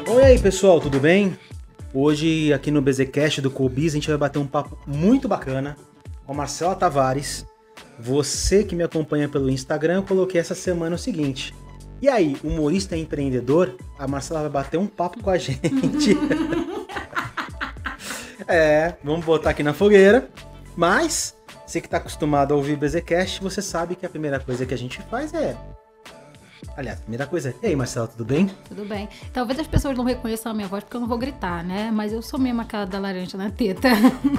Oi aí pessoal, tudo bem? Hoje aqui no BZcast do Cobiz a gente vai bater um papo muito bacana com a Marcela Tavares. Você que me acompanha pelo Instagram, eu coloquei essa semana o seguinte: e aí, humorista e empreendedor? A Marcela vai bater um papo com a gente. Vamos botar aqui na fogueira. Mas, você que está acostumado a ouvir BZcast, você sabe que a primeira coisa que a gente faz é... Aliás, a primeira coisa é... E aí, Marcela, tudo bem? Tudo bem. Talvez as pessoas não reconheçam a minha voz porque eu não vou gritar, né? Mas eu sou mesmo aquela da laranja na teta.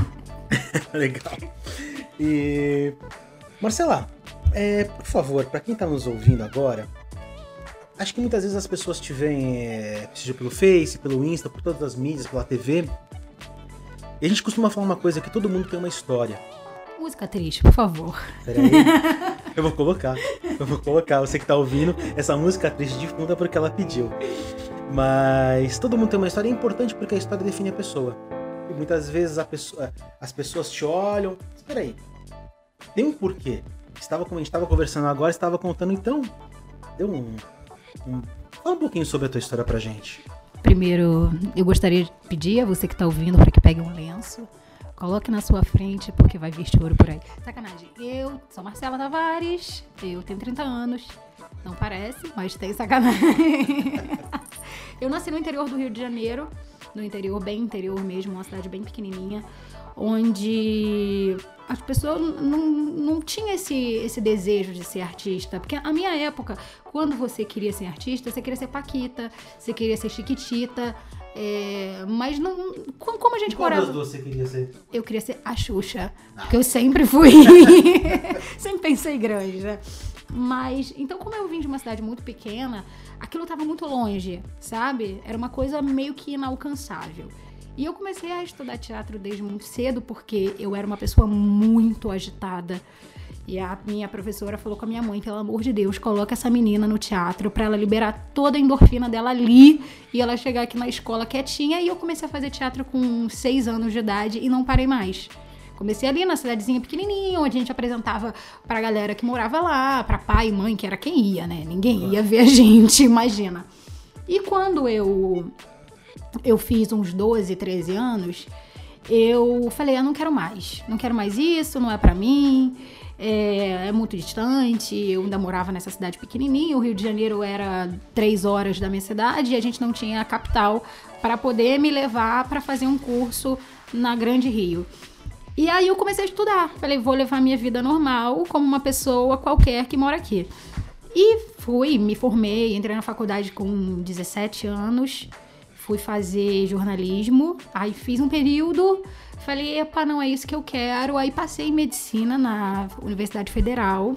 Legal. E... Marcela, por favor, para quem está nos ouvindo agora, acho que muitas vezes as pessoas te veem, seja pelo Face, pelo Insta, por todas as mídias, pela TV. E a gente costuma falar uma coisa, que todo mundo tem uma história. Música triste, por favor. Peraí, eu vou colocar. Você que tá ouvindo, essa música triste de fundo é porque ela pediu. Mas todo mundo tem uma história, é importante porque a história define a pessoa. E muitas vezes as pessoas te olham... Espera aí, tem um porquê. Como a gente estava conversando agora, estava contando, então... Fala um pouquinho sobre a tua história pra gente. Primeiro, eu gostaria de pedir a você que tá ouvindo para que pegue um lenço, coloque na sua frente, porque vai vir choro por aí. Sacanagem. Eu sou Marcela Tavares, eu tenho 30 anos. Não parece, mas tem sacanagem. Eu nasci no interior do Rio de Janeiro, no interior, bem interior mesmo, uma cidade bem pequenininha, onde as pessoas não tinham esse desejo de ser artista. Porque a minha época, quando você queria ser artista, você queria ser Paquita, você queria ser Chiquitita, mas não... Como a gente morava... Qual das duas você queria ser? Eu queria ser a Xuxa, porque eu sempre fui... sempre pensei grande, né? Mas, então, como eu vim de uma cidade muito pequena, aquilo estava muito longe, sabe? Era uma coisa meio que inalcançável. E eu comecei a estudar teatro desde muito cedo, porque eu era uma pessoa muito agitada. E a minha professora falou com a minha mãe, pelo amor de Deus, coloca essa menina no teatro pra ela liberar toda a endorfina dela ali e ela chegar aqui na escola quietinha. E eu comecei a fazer teatro com 6 anos de idade e não parei mais. Comecei ali na cidadezinha pequenininha, onde a gente apresentava pra galera que morava lá, pra pai e mãe, que era quem ia, né? Ninguém ia ver a gente, imagina. E quando eu fiz uns 12, 13 anos, eu falei, eu não quero mais isso, não é pra mim, é muito distante, eu ainda morava nessa cidade pequenininha, o Rio de Janeiro era 3 horas da minha cidade e a gente não tinha a capital para poder me levar para fazer um curso na Grande Rio. E aí eu comecei a estudar, falei, vou levar minha vida normal como uma pessoa qualquer que mora aqui. E fui, me formei, entrei na faculdade com 17 anos, fui fazer jornalismo, aí fiz um período, falei, epa, não é isso que eu quero, aí passei em medicina na Universidade Federal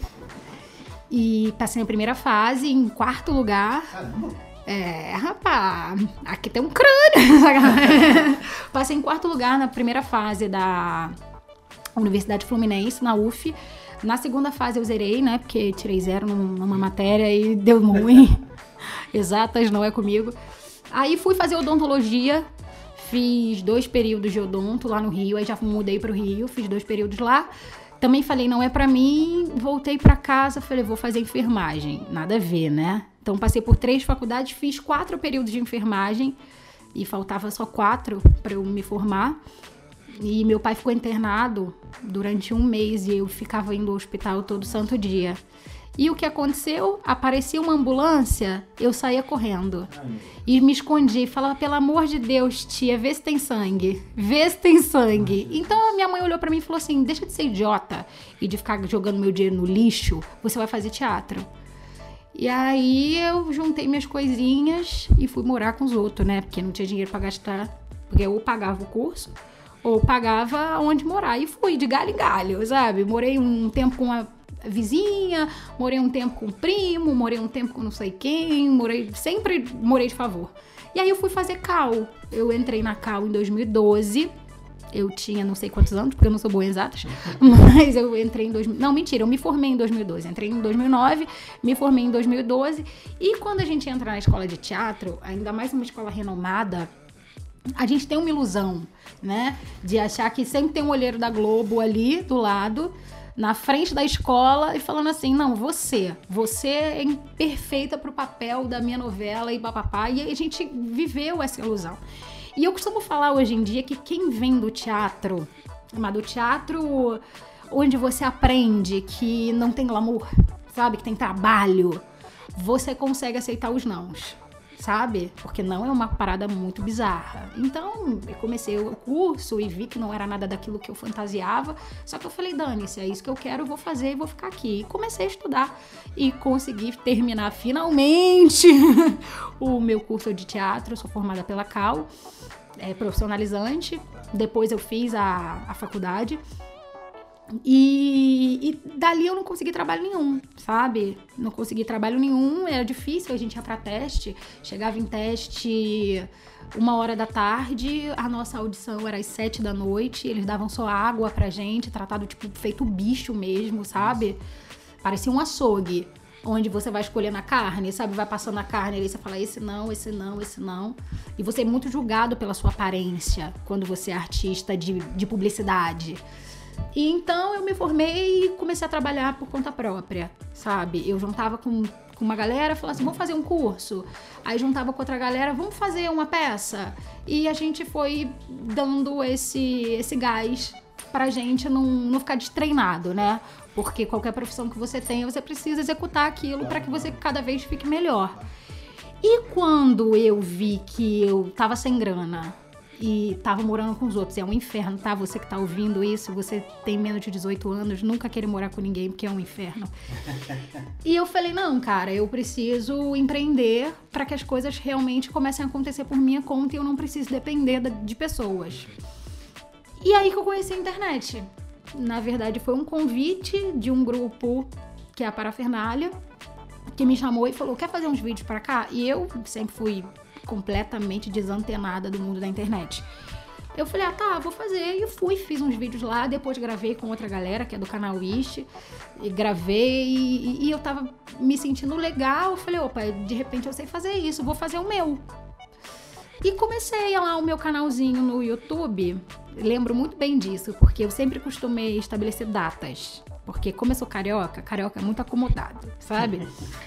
e passei na primeira fase, em 4º lugar. Caramba! Rapaz, aqui tem um crânio. Passei em 4º lugar na primeira fase da Universidade Fluminense, na UF. Na segunda fase eu zerei, né, porque tirei 0 numa matéria e deu ruim. Exatas, não é comigo. Aí fui fazer odontologia, fiz 2 períodos de odonto lá no Rio, aí já mudei pro Rio, fiz 2 períodos lá. Também falei, não é pra mim, voltei pra casa, falei, vou fazer enfermagem. Nada a ver, né? Então passei por 3 faculdades, fiz 4 períodos de enfermagem e faltava só 4 pra eu me formar. E meu pai ficou internado durante 1 mês e eu ficava indo ao hospital todo santo dia. E o que aconteceu? Aparecia uma ambulância, eu saía correndo. E me escondi, falava, pelo amor de Deus, tia, vê se tem sangue. Vê se tem sangue. Então a minha mãe olhou pra mim e falou assim, deixa de ser idiota e de ficar jogando meu dinheiro no lixo, você vai fazer teatro. E aí eu juntei minhas coisinhas e fui morar com os outros, né? Porque não tinha dinheiro pra gastar, porque eu pagava o curso ou pagava onde morar. E fui de galho em galho, sabe? Morei um tempo com uma vizinha, morei um tempo com o primo, morei um tempo com não sei quem, sempre morei de favor. E aí eu fui fazer CAU. Eu entrei na CAU em 2012. Eu tinha não sei quantos anos, porque eu não sou boa em exatas, mas eu entrei em... Não, mentira, eu me formei em 2012. Entrei em 2009, me formei em 2012. E quando a gente entra na escola de teatro, ainda mais uma escola renomada, a gente tem uma ilusão, né? De achar que sempre tem um olheiro da Globo ali do lado, na frente da escola e falando assim, não, você é perfeita pro papel da minha novela e papapá. E aí a gente viveu essa ilusão. E eu costumo falar hoje em dia que quem vem do teatro, mas do teatro onde você aprende que não tem glamour, sabe? Que tem trabalho, você consegue aceitar os nãos, sabe? Porque não é uma parada muito bizarra. Então, eu comecei o curso e vi que não era nada daquilo que eu fantasiava, só que eu falei, dane-se, é isso que eu quero, eu vou fazer e vou ficar aqui. E comecei a estudar e consegui terminar finalmente o meu curso de teatro. Eu sou formada pela CAU, profissionalizante. Depois eu fiz a faculdade. E dali eu não consegui trabalho nenhum, sabe? Não consegui trabalho nenhum, era difícil, a gente ia pra teste, chegava em teste 1h da tarde, a nossa audição era às 7 da noite, eles davam só água pra gente, tratado tipo feito bicho mesmo, sabe? Parecia um açougue, onde você vai escolhendo a carne, sabe? Vai passando a carne ali, você fala esse não, esse não, esse não. E você é muito julgado pela sua aparência quando você é artista de publicidade. E então eu me formei e comecei a trabalhar por conta própria, sabe? Eu juntava com uma galera, falava assim, vamos fazer um curso. Aí juntava com outra galera, vamos fazer uma peça. E a gente foi dando esse gás pra gente não ficar destreinado, né? Porque qualquer profissão que você tenha, você precisa executar aquilo para que você cada vez fique melhor. E quando eu vi que eu tava sem grana e tava morando com os outros, é um inferno, tá? Você que tá ouvindo isso, você tem menos de 18 anos, nunca querer morar com ninguém, porque é um inferno. E eu falei, não, cara, eu preciso empreender para que as coisas realmente comecem a acontecer por minha conta e eu não preciso depender de pessoas. E aí que eu conheci a internet. Na verdade, foi um convite de um grupo que é a Parafernália, que me chamou e falou, quer fazer uns vídeos pra cá? E eu sempre fui completamente desantenada do mundo da internet. Eu falei, tá, vou fazer. E eu fiz uns vídeos lá, depois gravei com outra galera, que é do canal Wish, e gravei, e eu tava me sentindo legal. Eu falei, opa, de repente eu sei fazer isso, vou fazer o meu. E comecei lá o meu canalzinho no YouTube. Lembro muito bem disso, porque eu sempre costumei estabelecer datas. Porque como eu sou carioca é muito acomodado, sabe?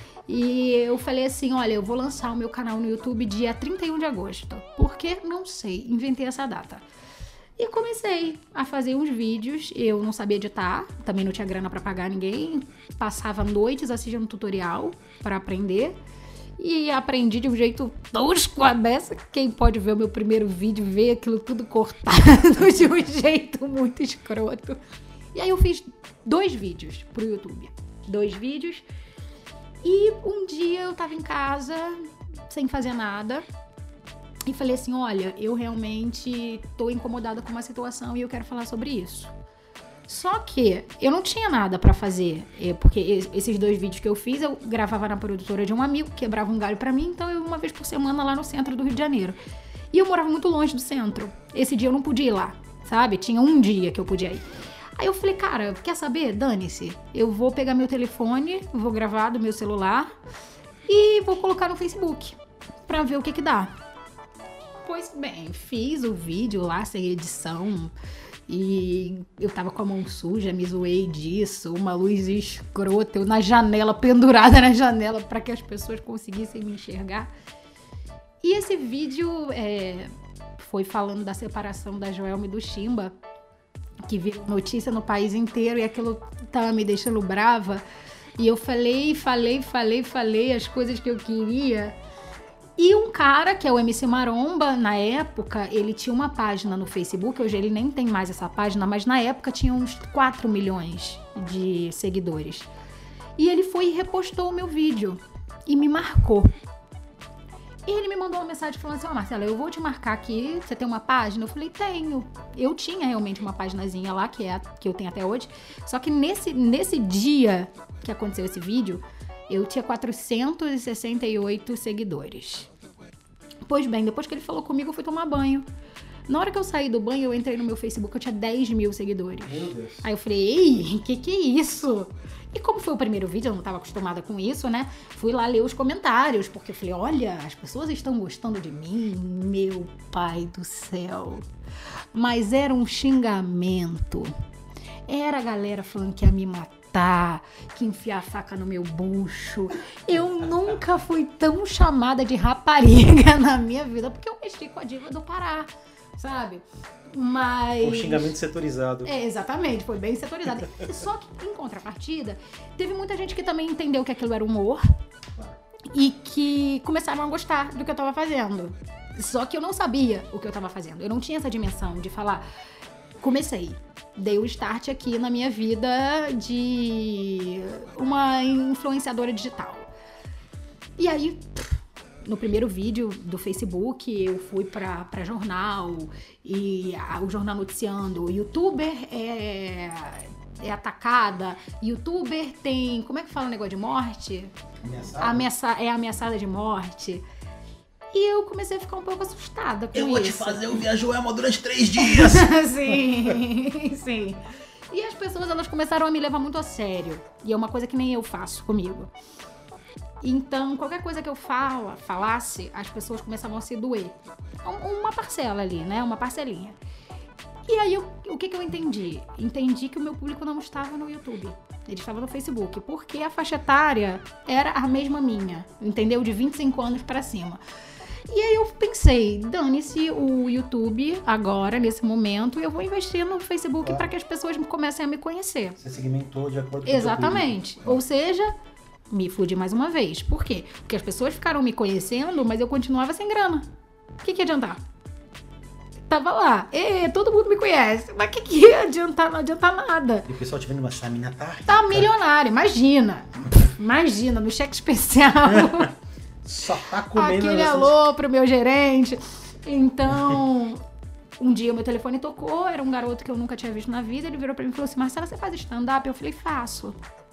E eu falei assim, olha, eu vou lançar o meu canal no YouTube dia 31 de agosto. Por que? Não sei, inventei essa data. E comecei a fazer uns vídeos, eu não sabia editar, também não tinha grana pra pagar ninguém. Passava noites assistindo tutorial pra aprender. E aprendi de um jeito tosco a beça. Quem pode ver o meu primeiro vídeo, vê aquilo tudo cortado de um jeito muito escroto. E aí eu fiz 2 vídeos pro YouTube. 2 vídeos. E um dia eu tava em casa, sem fazer nada. E falei assim, olha, eu realmente tô incomodada com uma situação e eu quero falar sobre isso. Só que eu não tinha nada pra fazer, porque esses 2 vídeos que eu fiz, eu gravava na produtora de um amigo, quebrava um galho pra mim, então eu ia uma vez por semana lá no centro do Rio de Janeiro. E eu morava muito longe do centro. Esse dia eu não podia ir lá, sabe? Tinha um dia que eu podia ir. Aí eu falei, cara, quer saber? Dane-se. Eu vou pegar meu telefone, vou gravar do meu celular e vou colocar no Facebook pra ver o que dá. Pois bem, fiz o vídeo lá sem edição. E eu tava com a mão suja, me zoei disso, uma luz escrota, eu na janela, pendurada na janela para que as pessoas conseguissem me enxergar. E esse vídeo foi falando da separação da Joelma e do Chimba, que virou notícia no país inteiro e aquilo tava me deixando brava. E eu falei as coisas que eu queria. E um cara, que é o MC Maromba, na época, ele tinha uma página no Facebook, hoje ele nem tem mais essa página, mas na época tinha uns 4 milhões de seguidores. E ele foi e repostou o meu vídeo e me marcou. E ele me mandou uma mensagem falando assim, Marcela, eu vou te marcar aqui, você tem uma página? Eu falei, tenho. Eu tinha realmente uma paginazinha lá, que eu tenho até hoje, só que nesse dia que aconteceu esse vídeo, eu tinha 468 seguidores. Pois bem, depois que ele falou comigo, eu fui tomar banho. Na hora que eu saí do banho, eu entrei no meu Facebook, eu tinha 10 mil seguidores. Meu Deus. Aí eu falei, ei, que é isso? E como foi o primeiro vídeo, eu não estava acostumada com isso, né? Fui lá ler os comentários, porque eu falei, olha, as pessoas estão gostando de mim, meu pai do céu. Mas era um xingamento. Era a galera falando que ia me matar, que ia enfiar a faca no meu bucho. Eu nunca fui tão chamada de rapariga na minha vida, porque eu mexi com a diva do Pará, sabe? Mas... O xingamento setorizado. Exatamente, foi bem setorizado. Só que, em contrapartida, teve muita gente que também entendeu que aquilo era humor e que começaram a gostar do que eu tava fazendo. Só que eu não sabia o que eu tava fazendo. Eu não tinha essa dimensão de falar... Comecei, dei o start aqui na minha vida de uma influenciadora digital. E aí, no primeiro vídeo do Facebook, eu fui pra jornal, e o jornal noticiando, youtuber é atacada, youtuber tem, como é que fala o negócio de morte? É ameaçada de morte. E eu comecei a ficar um pouco assustada com isso. Eu vou te fazer o Viajoelma durante 3 dias. Sim. E as pessoas, elas começaram a me levar muito a sério. E é uma coisa que nem eu faço comigo. Então, qualquer coisa que eu falasse, as pessoas começavam a se doer. Uma parcela ali, né? Uma parcelinha. E aí, o que eu entendi? Entendi que o meu público não estava no YouTube. Ele estava no Facebook. Porque a faixa etária era a mesma minha. Entendeu? De 25 anos pra cima. E aí eu pensei, dane-se o YouTube agora, nesse momento, eu vou investir no Facebook para que as pessoas comecem a me conhecer. Você segmentou de acordo com Exatamente. Ou seja, me fudi mais uma vez. Por quê? Porque as pessoas ficaram me conhecendo, mas eu continuava sem grana. O que ia adiantar? Tava lá, todo mundo me conhece, mas o que ia adiantar? Não adianta nada. E o pessoal te vendo uma chamina tá milionário, imagina, no cheque especial. Só tá comendo. Aquele alô pro meu gerente. Então, um dia o meu telefone tocou, era um garoto que eu nunca tinha visto na vida, ele virou pra mim e falou assim, Marcela, você faz stand-up? Eu falei, faço.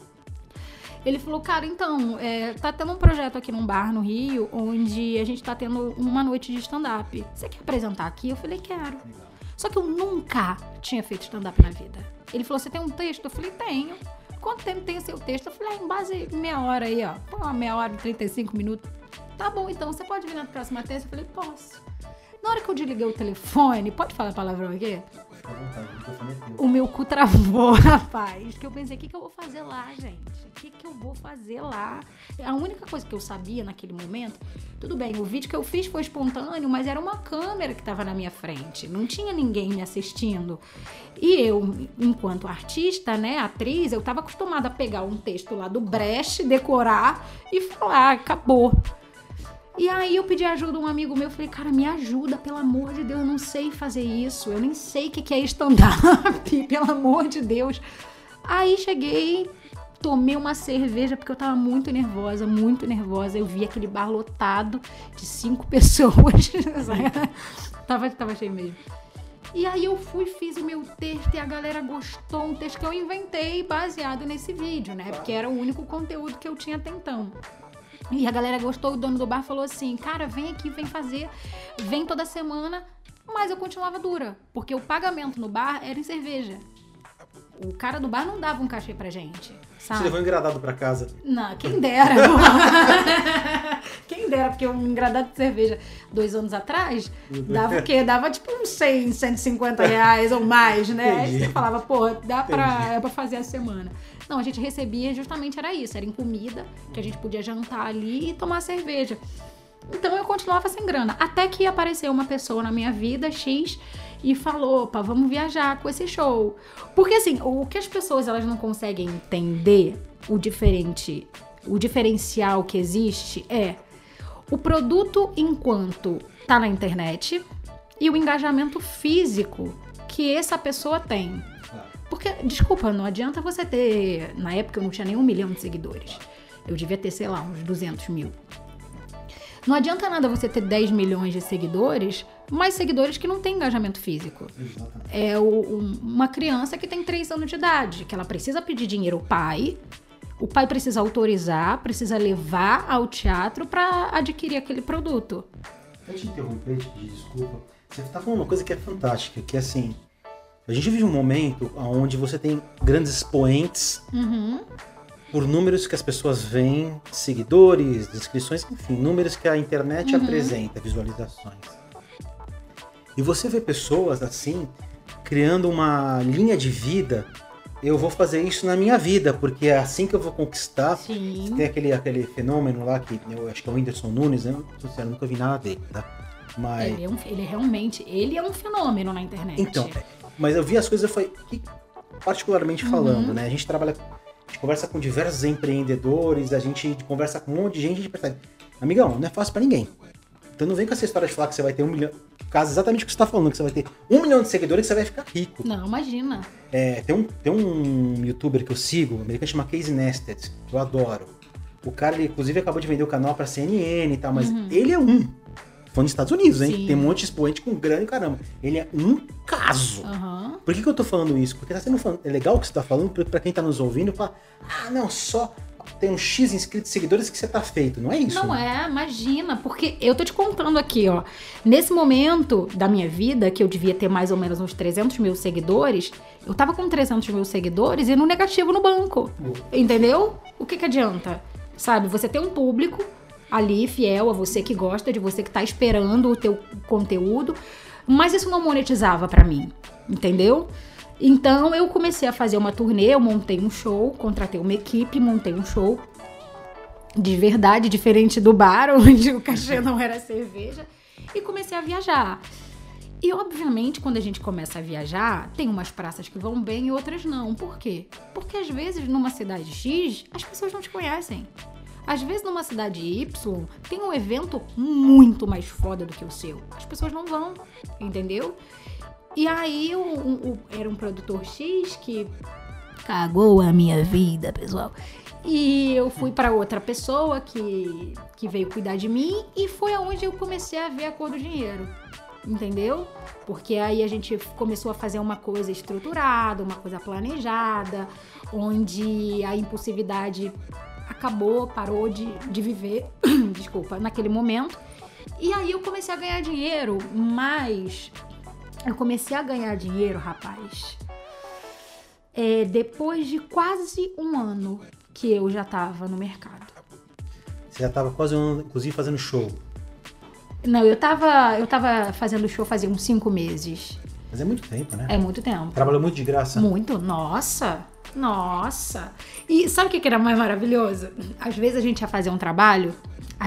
Ele falou, cara, então, tá tendo um projeto aqui num bar no Rio, onde a gente tá tendo uma noite de stand-up. Você quer apresentar aqui? Eu falei, quero. Só que eu nunca tinha feito stand-up na vida. Ele falou, você tem um texto? Eu falei, tenho. Quanto tempo tem o seu texto? Eu falei, em base meia hora aí, ó. Põe uma meia hora e 35 minutos. Tá bom, então, você pode vir na próxima terça? Eu falei, posso. Na hora que eu desliguei o telefone, pode falar palavrão aqui? Fica à vontade, o microfone é teu. O meu cu travou, rapaz. Que eu pensei, o que eu vou fazer lá, gente? O que eu vou fazer lá? A única coisa que eu sabia naquele momento, tudo bem, o vídeo que eu fiz foi espontâneo, mas era uma câmera que estava na minha frente. Não tinha ninguém me assistindo. E eu, enquanto artista, né, atriz, eu estava acostumada a pegar um texto lá do Brecht, decorar e falar, acabou. E aí eu pedi ajuda a um amigo meu, falei, cara, me ajuda, pelo amor de Deus, eu não sei fazer isso, eu nem sei o que é stand-up, pelo amor de Deus. Aí cheguei, tomei uma cerveja, porque eu tava muito nervosa, eu vi aquele bar lotado de 5 pessoas, tava cheio mesmo. E aí eu fiz o meu texto e a galera gostou, um texto que eu inventei baseado nesse vídeo, né, porque era o único conteúdo que eu tinha até então. E a galera gostou, o dono do bar falou assim, cara, vem aqui, vem fazer, vem toda semana, mas eu continuava dura, porque o pagamento no bar era em cerveja. O cara do bar não dava um cachê pra gente, sabe? Você levou um engradado pra casa? Não, quem dera. Quem dera, porque um engradado de cerveja 2 anos atrás, dava o quê? Dava tipo uns 100, 150 reais ou mais, né? Aí você falava, pô, dá pra fazer a semana. Não, a gente recebia justamente era isso, era em comida, que a gente podia jantar ali e tomar cerveja. Então eu continuava sem grana, até que apareceu uma pessoa na minha vida, X, e falou, opa, vamos viajar com esse show. Porque assim, o que as pessoas elas não conseguem entender, o diferencial que existe é o produto enquanto tá na internet e o engajamento físico que essa pessoa tem. Porque, desculpa, não adianta você ter... Na época eu não tinha nem 1 milhão de seguidores. Eu devia ter, sei lá, uns 200 mil. Não adianta nada você ter 10 milhões de seguidores, mas seguidores que não têm engajamento físico. Exatamente. É uma criança que tem 3 anos de idade, que ela precisa pedir dinheiro ao pai, o pai precisa autorizar, precisa levar ao teatro para adquirir aquele produto. Eu te interromper, te pedir desculpa. Você tá falando uma coisa que é fantástica, que é assim... A gente vive um momento onde você tem grandes expoentes por números que as pessoas veem, seguidores, inscrições, enfim, números que a internet apresenta, visualizações. E você vê pessoas assim, criando uma linha de vida eu vou fazer isso na minha vida, porque é assim que eu vou conquistar. Sim. Tem aquele fenômeno lá, que eu acho que é o Whindersson Nunes, né? Sincero, nunca vi nada dele, tá? Mas... Ele é um fenômeno na internet. Então, mas eu vi as coisas, particularmente falando, né? A gente conversa com diversos empreendedores, a gente conversa com um monte de gente, a gente percebe, amigão, não é fácil pra ninguém. Então não vem com essa história de falar que você vai ter 1 milhão, caso exatamente o que você tá falando, que você vai ter 1 milhão de seguidores e você vai ficar rico. Não, imagina. Tem um youtuber que eu sigo, um americano, chama Casey Neistat, que eu adoro. O cara, ele inclusive acabou de vender o canal pra CNN e tal, mas ele é falando dos Estados Unidos, hein? Sim. Tem um monte de expoente com grana e caramba. Ele é um caso. Por que eu tô falando isso? Porque é legal o que você tá falando, pra quem tá nos ouvindo, fala, não, só tem um X inscritos seguidores que você tá feito. Não é isso? Não imagina, porque eu tô te contando aqui, ó. Nesse momento da minha vida, que eu devia ter mais ou menos uns 300 mil seguidores, eu tava com 300 mil seguidores e no negativo no banco. Entendeu? O que adianta? Sabe, você tem um público ali fiel a você, que gosta de você, que tá esperando o teu conteúdo, mas isso não monetizava pra mim, entendeu? Então eu comecei a fazer uma turnê, eu montei um show, contratei uma equipe, montei um show de verdade, diferente do bar, onde o cachê não era cerveja, e comecei a viajar. E obviamente, quando a gente começa a viajar, tem umas praças que vão bem e outras não. Por quê? Porque às vezes numa cidade X, as pessoas não te conhecem. Às vezes numa cidade Y, tem um evento muito mais foda do que o seu. As pessoas não vão, entendeu? E aí era um produtor X que cagou a minha vida, pessoal. E eu fui para outra pessoa que veio cuidar de mim, e foi aonde eu comecei a ver a cor do dinheiro. Entendeu? Porque aí a gente começou a fazer uma coisa estruturada, uma coisa planejada, onde a impulsividade parou de viver, desculpa, naquele momento. E aí eu comecei a ganhar dinheiro, mas eu comecei a ganhar dinheiro, rapaz, depois de quase um ano que eu já tava no mercado. Você já tava quase um ano, inclusive, fazendo show. Não, eu tava fazendo show fazia uns 5 meses. Mas é muito tempo, né? É muito tempo. Trabalhou muito de graça? Muito. Nossa. E sabe o que era mais maravilhoso? Às vezes a gente ia fazer um trabalho,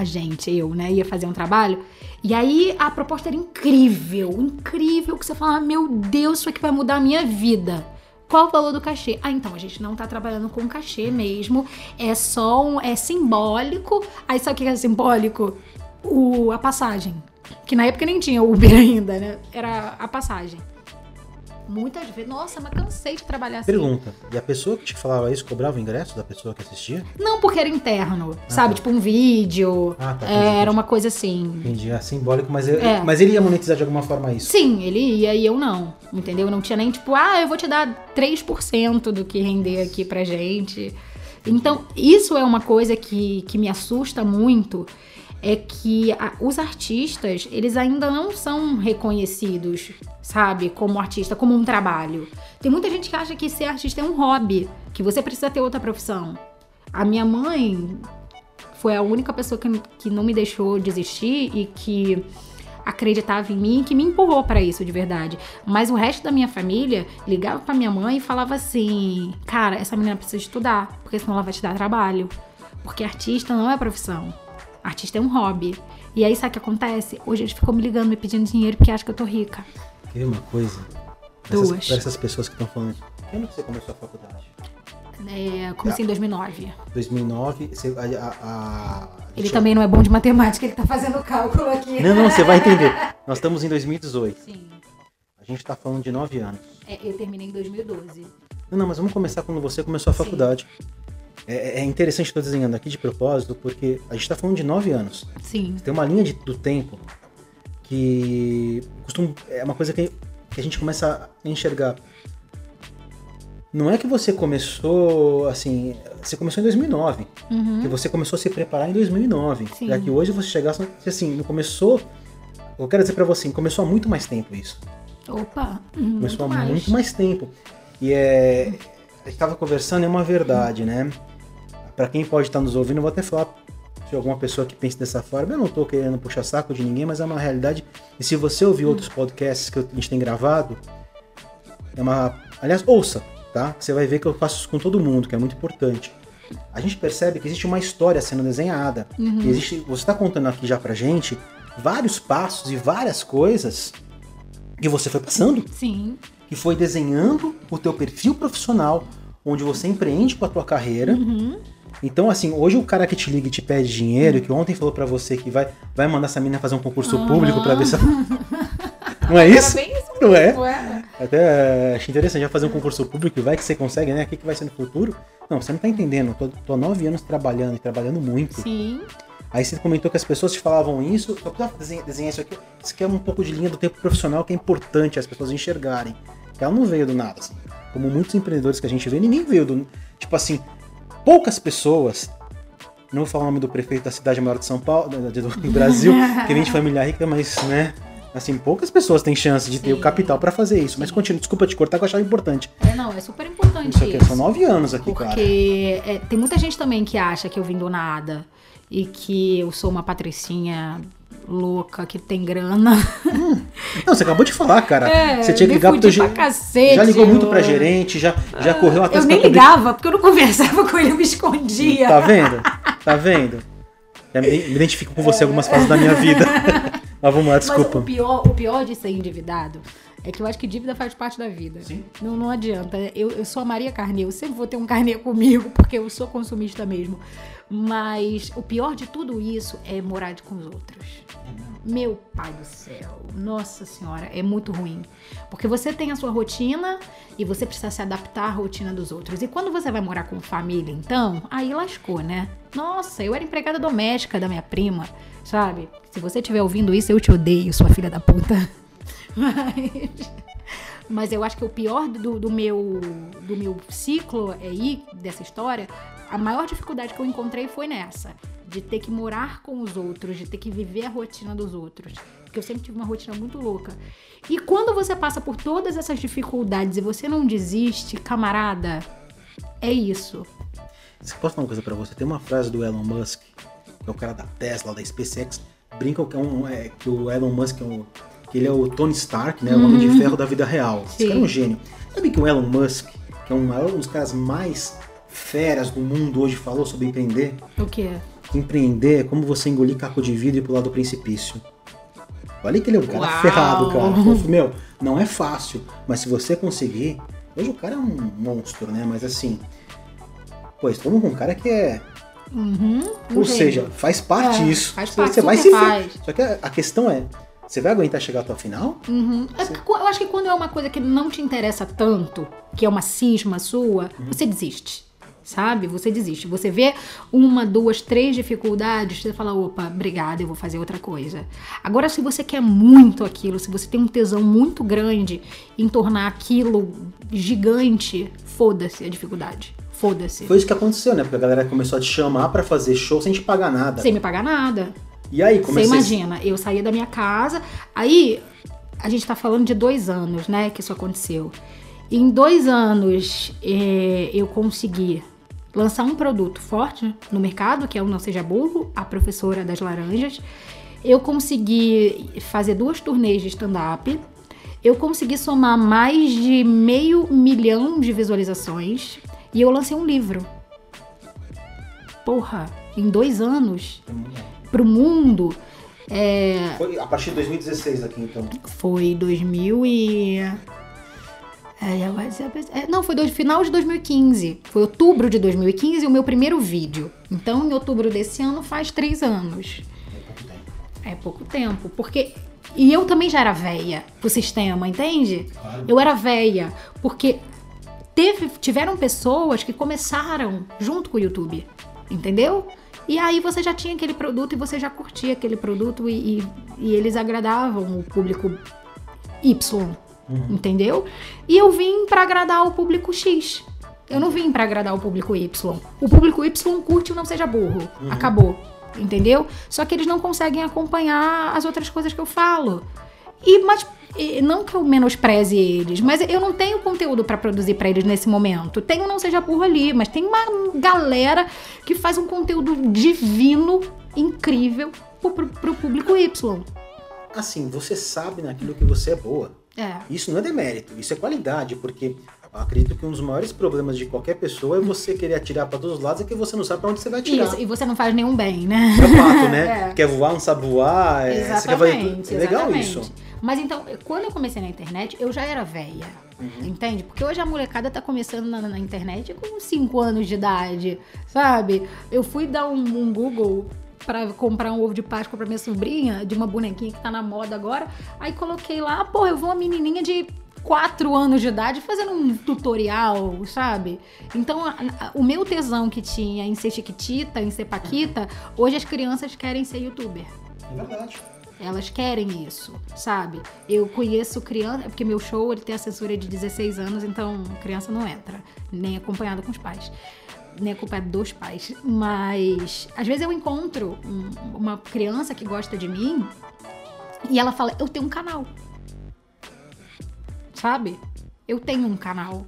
ia fazer um trabalho, e aí a proposta era incrível, que você fala, meu Deus, isso aqui vai mudar a minha vida. Qual o valor do cachê? Então, a gente não tá trabalhando com cachê mesmo, é simbólico. Aí sabe o que é simbólico? A passagem, que na época nem tinha Uber ainda, né? Era a passagem. Muitas vezes, nossa, mas cansei de trabalhar assim. Pergunta, e a pessoa que te falava isso cobrava o ingresso da pessoa que assistia? Não, porque era interno, sabe? Tá. Tipo um vídeo, era uma coisa assim. Entendi, simbólico, mas ele ia monetizar de alguma forma isso? Sim, ele ia e eu não, entendeu? Não tinha nem tipo, eu vou te dar 3% do que render aqui pra gente. Então, isso é uma coisa que me assusta muito, é que os artistas, eles ainda não são reconhecidos, sabe, como artista, como um trabalho. Tem muita gente que acha que ser artista é um hobby, que você precisa ter outra profissão. A minha mãe foi a única pessoa que não me deixou desistir e que acreditava em mim, que me empurrou para isso de verdade. Mas o resto da minha família ligava pra minha mãe e falava assim, cara, essa menina precisa estudar, porque senão ela vai te dar trabalho. Porque artista não é profissão. Artista é um hobby. E aí, sabe o que acontece? Hoje eles ficam me ligando, me pedindo dinheiro porque acham que eu tô rica. Quer ver uma coisa? Duas. Para essas pessoas que estão falando. Quando você começou a faculdade? Comecei em 2009. 2009, Ele também não é bom de matemática, ele tá fazendo cálculo aqui. Não, você vai entender. Nós estamos em 2018. Sim. A gente tá falando de 9 anos. Eu terminei em 2012. Não, mas vamos começar quando você começou a faculdade. É interessante, estou desenhando aqui de propósito, porque a gente está falando de 9 anos. Sim. Tem uma linha do tempo que é uma coisa que a gente começa a enxergar. Não é que você começou, assim, você começou em 2009, que você começou a se preparar em 2009, para que hoje você chegasse, assim, não começou, eu quero dizer para você, começou há muito mais tempo isso. Opa, começou há muito mais tempo. E a gente estava conversando, é uma verdade, né? Para quem pode estar nos ouvindo, eu vou até falar de alguma pessoa que pense dessa forma. Eu não estou querendo puxar saco de ninguém, mas é uma realidade. E se você ouvir outros podcasts que a gente tem gravado, aliás, ouça. tá? Você vai ver que eu faço isso com todo mundo, que é muito importante. A gente percebe que existe uma história sendo desenhada. Que existe, você está contando aqui já pra gente vários passos e várias coisas que você foi passando. Sim. Que foi desenhando o teu perfil profissional, onde você empreende com a tua carreira. Então, assim, hoje o cara que te liga e te pede dinheiro, que ontem falou pra você que vai mandar essa menina fazer um concurso público pra ver se... Não é isso? Era bem isso Não é? Ué. Até achei interessante, já fazer um concurso público e vai que você consegue, né? O que vai ser no futuro? Não, você não tá entendendo. Tô há 9 anos trabalhando e trabalhando muito. Sim. Aí você comentou que as pessoas te falavam isso, só precisava desenhar isso aqui. Isso aqui é um pouco de linha do tempo profissional que é importante as pessoas enxergarem. Ela não veio do nada, assim. Como muitos empreendedores que a gente vê, ninguém veio do... Tipo assim, poucas pessoas... Não vou falar o nome do prefeito da cidade maior de São Paulo, do Brasil, que vem de família rica, mas, né... Assim, poucas pessoas têm chance de ter o capital pra fazer isso. Mas continua, desculpa te cortar, que eu achava importante. Não, é super importante isso. Aqui, são 9 anos aqui, cara. Porque tem muita gente também que acha que eu vim do nada. E que eu sou uma patricinha louca, que tem grana. Não, você acabou de falar, cara. Você tinha que ligar pro teu gerente. Já ligou muito pra gerente, já correu até... Eu nem ligava, porque eu não conversava com ele, eu me escondia. Tá vendo? Tá vendo? Eu me identifico com você algumas fases da minha vida. Mas vamos lá, desculpa. Mas o pior de ser endividado é que eu acho que dívida faz parte da vida. Sim. Não adianta. Eu sou a Maria Carnê, eu sempre vou ter um carnê comigo, porque eu sou consumista mesmo. Mas o pior de tudo isso é morar com os outros. Meu pai do céu, nossa senhora, é muito ruim. Porque você tem a sua rotina e você precisa se adaptar à rotina dos outros. E quando você vai morar com família, então, aí lascou, né? Nossa, eu era empregada doméstica da minha prima, sabe? Se você estiver ouvindo isso, eu te odeio, sua filha da puta. Mas eu acho que o pior do meu ciclo aí, dessa história, a maior dificuldade que eu encontrei foi nessa. De ter que morar com os outros, de ter que viver a rotina dos outros. Porque eu sempre tive uma rotina muito louca. E quando você passa por todas essas dificuldades e você não desiste, camarada, é isso. Posso falar uma coisa pra você? Tem uma frase do Elon Musk, que é o cara da Tesla, da SpaceX, brincam que o Elon Musk que ele é o Tony Stark, né? O Homem de Ferro da vida real. Sim. Esse cara é um gênio. Sabe que o Elon Musk, que é um dos caras mais feras do mundo hoje, falou sobre empreender? O quê? Empreender é como você engolir caco de vidro e pular do precipício. Olha que ele é um cara ferrado, cara. Meu, não é fácil, mas se você conseguir... Hoje o cara é um monstro, né? Mas assim... Pô, estamos com um cara que é... Ou seja, faz parte disso. Faz parte, você vai se faz. Só que a questão é... Você vai aguentar chegar até o final? Eu acho que quando é uma coisa que não te interessa tanto, que é uma cisma sua, você desiste. Sabe? Você desiste. Você vê 1, 2, 3 dificuldades, você fala, opa, obrigada, eu vou fazer outra coisa. Agora, se você quer muito aquilo, se você tem um tesão muito grande em tornar aquilo gigante, foda-se a dificuldade. Foda-se. Foi isso que aconteceu, né? Porque a galera começou a te chamar pra fazer show sem te pagar nada. Sem me pagar nada. E aí, você imagina, eu saía da minha casa, aí a gente tá falando de 2 anos, né, que isso aconteceu. E em 2 anos eu consegui lançar um produto forte no mercado, que é o Não Seja Burro, a professora das laranjas. Eu consegui fazer 2 turnês de stand-up. Eu consegui somar mais de 500 mil de visualizações. E eu lancei um livro. Porra, em 2 anos... Pro mundo. Foi a partir de 2016 aqui, então? Foi 2000 e... Não, foi final de 2015. Foi outubro de 2015 o meu primeiro vídeo. Então, em outubro desse ano, faz 3 anos. É pouco tempo. Porque... E eu também já era véia pro sistema, entende? Claro. Eu era véia. Porque tiveram pessoas que começaram junto com o YouTube. Entendeu? E aí você já tinha aquele produto e você já curtia aquele produto e eles agradavam o público Y, entendeu? E eu vim pra agradar o público X. Eu não vim pra agradar o público Y. O público Y curte o Não Seja Burro. Acabou, entendeu? Só que eles não conseguem acompanhar as outras coisas que eu falo. Mas não que eu menospreze eles, mas eu não tenho conteúdo pra produzir pra eles nesse momento. Tem o Não Seja Burro ali, mas tem uma galera que faz um conteúdo divino, incrível pro público Y. Assim, você sabe naquilo que você é boa. Isso não é demérito, isso é qualidade, porque Acredito que um dos maiores problemas de qualquer pessoa é você querer atirar para todos os lados e que você não sabe para onde você vai atirar. Isso, e você não faz nenhum bem, né? É fato, né? Quer voar, não sabe voar. Exatamente. É legal isso. Mas então, quando eu comecei na internet, eu já era velha. Entende? Porque hoje a molecada tá começando na internet com 5 anos de idade, sabe? Eu fui dar um Google pra comprar um ovo de Páscoa pra minha sobrinha, de uma bonequinha que tá na moda agora. Aí coloquei lá, pô, eu vi uma menininha de 4 anos de idade fazendo um tutorial, sabe? Então, o meu tesão que tinha em ser chiquitita, em ser paquita, hoje as crianças querem ser youtuber. É verdade. Elas querem isso, sabe? Eu conheço criança, porque meu show ele tem a censura de 16 anos, então criança não entra, nem acompanhada com os pais, nem acompanhada dos pais. Mas às vezes eu encontro uma criança que gosta de mim e ela fala, eu tenho um canal. Sabe? Eu tenho um canal.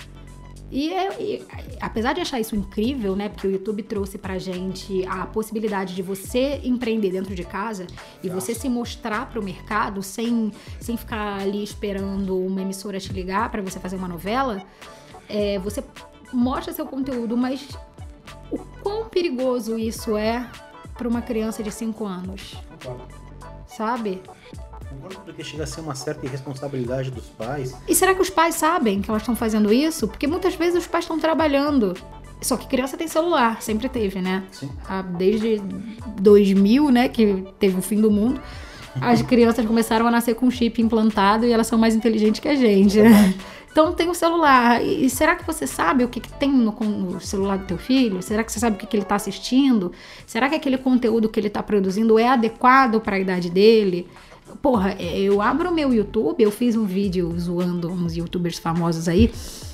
E apesar de achar isso incrível, né? Porque o YouTube trouxe pra gente a possibilidade de você empreender dentro de casa e você se mostrar pro mercado sem ficar ali esperando uma emissora te ligar pra você fazer uma novela. Você mostra seu conteúdo, mas o quão perigoso isso é pra uma criança de 5 anos? Sabe? Porque chega a ser uma certa irresponsabilidade dos pais. E será que os pais sabem que elas estão fazendo isso? Porque muitas vezes os pais estão trabalhando. Só que criança tem celular, sempre teve, né? Sim. Desde 2000, né, que teve o fim do mundo, as crianças começaram a nascer com chip implantado e elas são mais inteligentes que a gente, né? Então tem o celular. E será que você sabe o que tem no celular do teu filho? Será que você sabe o que ele está assistindo? Será que aquele conteúdo que ele está produzindo é adequado para a idade dele? Porra, eu abro o meu YouTube, eu fiz um vídeo zoando uns youtubers famosos aí,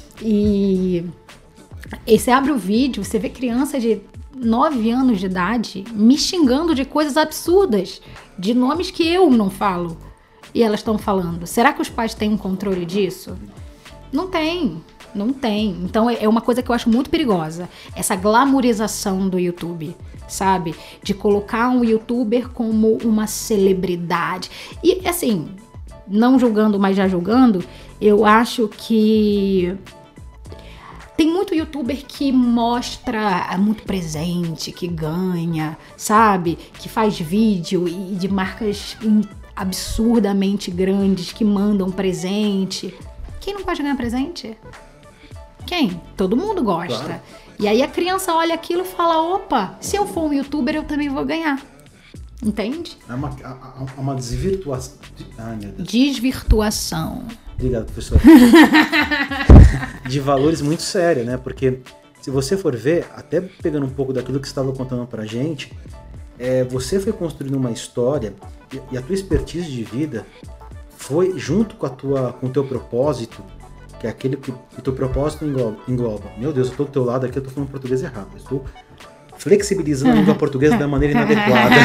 e você abre o vídeo, você vê criança de 9 anos de idade me xingando de coisas absurdas, de nomes que eu não falo, e elas estão falando. Será que os pais têm um controle disso? Não tem. Então é uma coisa que eu acho muito perigosa, essa glamorização do YouTube, sabe? De colocar um youtuber como uma celebridade. E assim, não julgando, mas já julgando, eu acho que tem muito youtuber que mostra muito presente, que ganha, sabe? Que faz vídeo e de marcas absurdamente grandes que mandam presente. Quem não pode ganhar presente? Quem? Todo mundo gosta. Claro. E aí a criança olha aquilo e fala, opa, se eu for um youtuber eu também vou ganhar. Entende? É uma desvirtuação. Ai, meu Deus. Desvirtuação. Obrigado, professor. De valores muito sério, né? Porque se você for ver, até pegando um pouco daquilo que você estava contando pra gente, você foi construindo uma história e a tua expertise de vida foi junto com o teu propósito, que é aquele que o teu propósito engloba. Meu Deus, eu tô do teu lado aqui, eu tô falando português errado. Eu estou flexibilizando a língua portuguesa da maneira inadequada.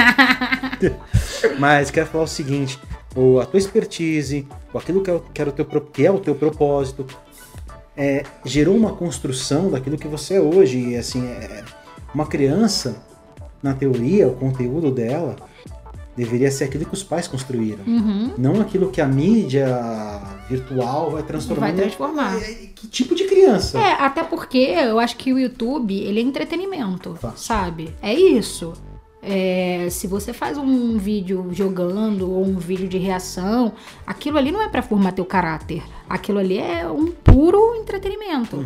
Mas quero falar o seguinte, a tua expertise, aquilo que é o teu propósito, gerou uma construção daquilo que você é hoje. E assim, uma criança, na teoria, o conteúdo dela deveria ser aquilo que os pais construíram. Não aquilo que a mídia virtual vai transformar. Que tipo de criança? Até porque eu acho que o YouTube, ele é entretenimento, sabe? É isso. Se você faz um vídeo jogando ou um vídeo de reação, aquilo ali não é pra formar teu caráter. Aquilo ali é um puro entretenimento.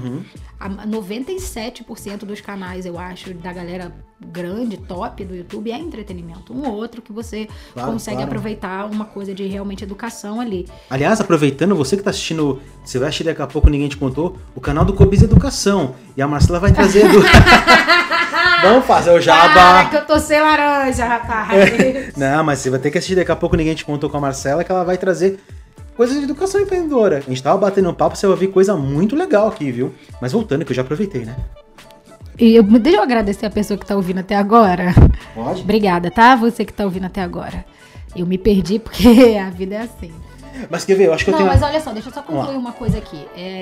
97% dos canais, eu acho, da galera grande, top do YouTube é entretenimento. Um ou outro que você consegue aproveitar uma coisa de realmente educação ali. Aliás, aproveitando, você que tá assistindo, você vai assistir daqui a pouco, Ninguém Te Contou, o canal do Cobiz Educação. E a Marcela vai trazer Vamos fazer o jabá. Que eu tô sem laranja, rapaz. Não, mas você vai ter que assistir daqui a pouco Ninguém Te Contou com a Marcela, que ela vai trazer coisas de educação empreendedora. A gente tava batendo um papo, você vai ouvir coisa muito legal aqui, viu? Mas voltando, que eu já aproveitei, né? Deixa eu agradecer a pessoa que tá ouvindo até agora. Pode? Obrigada, tá? Você que tá ouvindo até agora. Eu me perdi porque a vida é assim. Mas quer ver? Eu acho que eu tenho... Não, mas olha só, deixa eu só concluir uma coisa aqui.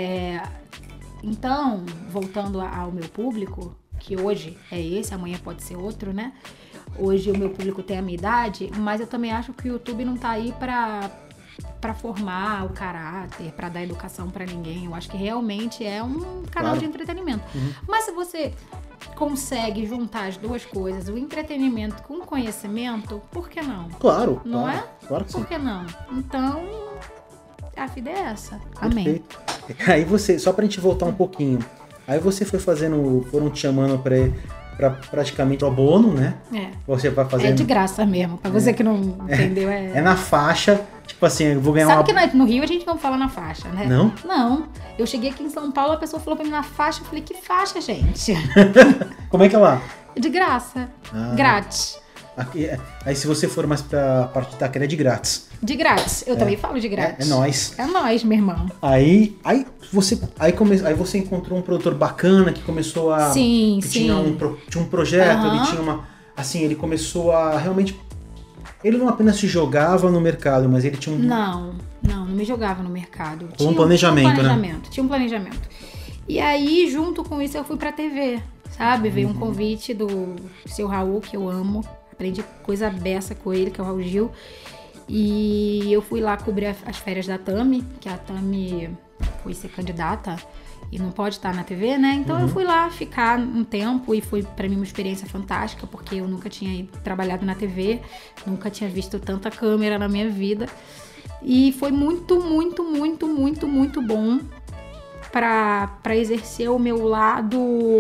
Então, voltando ao meu público, que hoje é esse, amanhã pode ser outro, né? Hoje o meu público tem a minha idade, mas eu também acho que o YouTube não tá aí pra pra formar o caráter, pra dar educação pra ninguém. Eu acho que realmente é um canal de entretenimento. Mas se você consegue juntar as duas coisas, o entretenimento com o conhecimento, por que não? Claro. Não claro, é? Claro que sim. Por que não? Então, a vida é essa. Amém. Perfeito. Aí você, só pra gente voltar um pouquinho, aí você foi fazendo, foram te chamando pra praticamente pro bono, né? Você vai fazendo... É de graça mesmo, pra você que não entendeu. É na faixa, tipo assim, eu vou ganhar Sabe que no Rio a gente não fala na faixa, né? Não? Não. Eu cheguei aqui em São Paulo, a pessoa falou pra mim na faixa, eu falei, que faixa, gente? Como é que é lá? De graça. Grátis. Aqui, aí se você for mais pra parte de Itaquera é de grátis. De grátis. Eu também falo de grátis. É nóis. É nóis, meu irmão. Aí você encontrou um produtor bacana que começou a... Sim, que sim. Tinha um projeto, ele tinha uma... Assim, ele começou a realmente... Ele não apenas se jogava no mercado, mas ele tinha um... Não me jogava no mercado. Tinha um planejamento, né? Tinha um planejamento. E aí, junto com isso, eu fui pra TV, sabe? Veio um convite do seu Raul, que eu amo. Aprendi coisa beça com ele, que é o Raul Gil. E eu fui lá cobrir as férias da Tami, que a Tami foi ser candidata e não pode estar na TV, né? Então eu fui lá ficar um tempo e foi pra mim uma experiência fantástica, porque eu nunca tinha trabalhado na TV, nunca tinha visto tanta câmera na minha vida. E foi muito, muito, muito, muito, muito bom pra exercer o meu lado...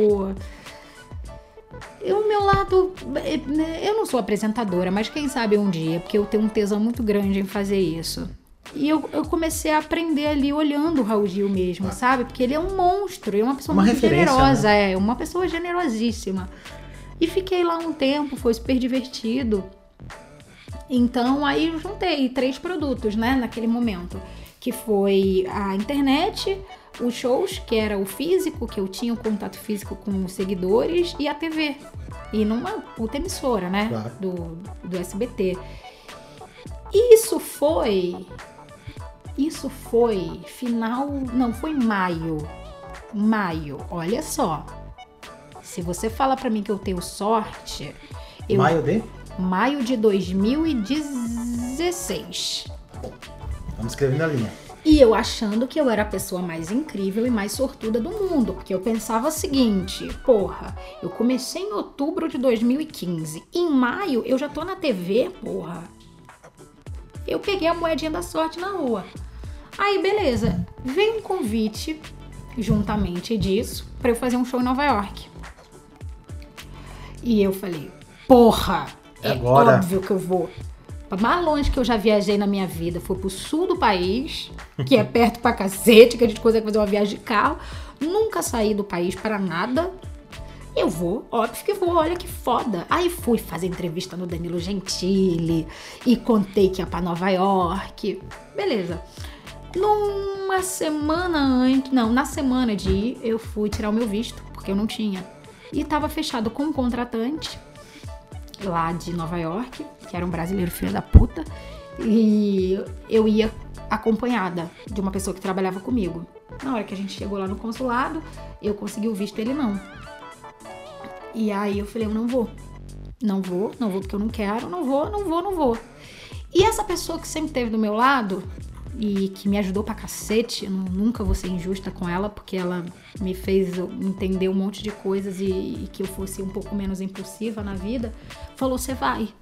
Eu não sou apresentadora, mas quem sabe um dia, porque eu tenho um tesão muito grande em fazer isso. E eu comecei a aprender ali olhando o Raul Gil mesmo, sabe? Porque ele é um monstro, ele é uma pessoa muito generosa, né? Uma pessoa generosíssima. E fiquei lá um tempo, foi super divertido. Então aí eu juntei 3 produtos, né, naquele momento. Que foi a internet, os shows, que era o físico, que eu tinha um contato físico com os seguidores, e a TV. E numa puta emissora, né? Claro. Do SBT. Isso foi final... Não, foi maio. Olha só. Se você fala pra mim que eu tenho sorte... Maio de 2016. Vamos escrevendo a linha. E eu achando que eu era a pessoa mais incrível e mais sortuda do mundo. Porque eu pensava o seguinte, porra, eu comecei em outubro de 2015. Em maio eu já tô na TV, porra. Eu peguei a moedinha da sorte na rua. Aí, beleza. Veio um convite, juntamente disso, pra eu fazer um show em Nova York. E eu falei, porra, agora. Óbvio que eu vou. Mais longe que eu já viajei na minha vida foi pro sul do país, que é perto pra cacete, que a gente consegue fazer uma viagem de carro. Nunca saí do país para nada. Eu vou, óbvio que vou, olha que foda. Aí fui fazer entrevista no Danilo Gentili e contei que ia pra Nova York. Beleza. Na semana de ir, eu fui tirar o meu visto, porque eu não tinha. E tava fechado com um contratante lá de Nova York, que era um brasileiro filho da puta, e eu ia acompanhada de uma pessoa que trabalhava comigo. Na hora que a gente chegou lá no consulado, eu consegui o visto, ele não. E aí eu falei, eu não vou porque eu não quero, não vou. E essa pessoa que sempre esteve do meu lado e que me ajudou pra cacete, eu nunca vou ser injusta com ela, porque ela me fez entender um monte de coisas e que eu fosse um pouco menos impulsiva na vida, falou, você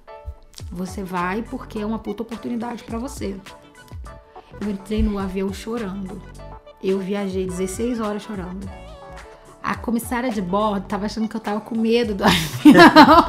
vai porque é uma puta oportunidade pra você. Eu entrei no avião chorando, eu viajei 16 horas chorando. A comissária de bordo tava achando que eu tava com medo do avião.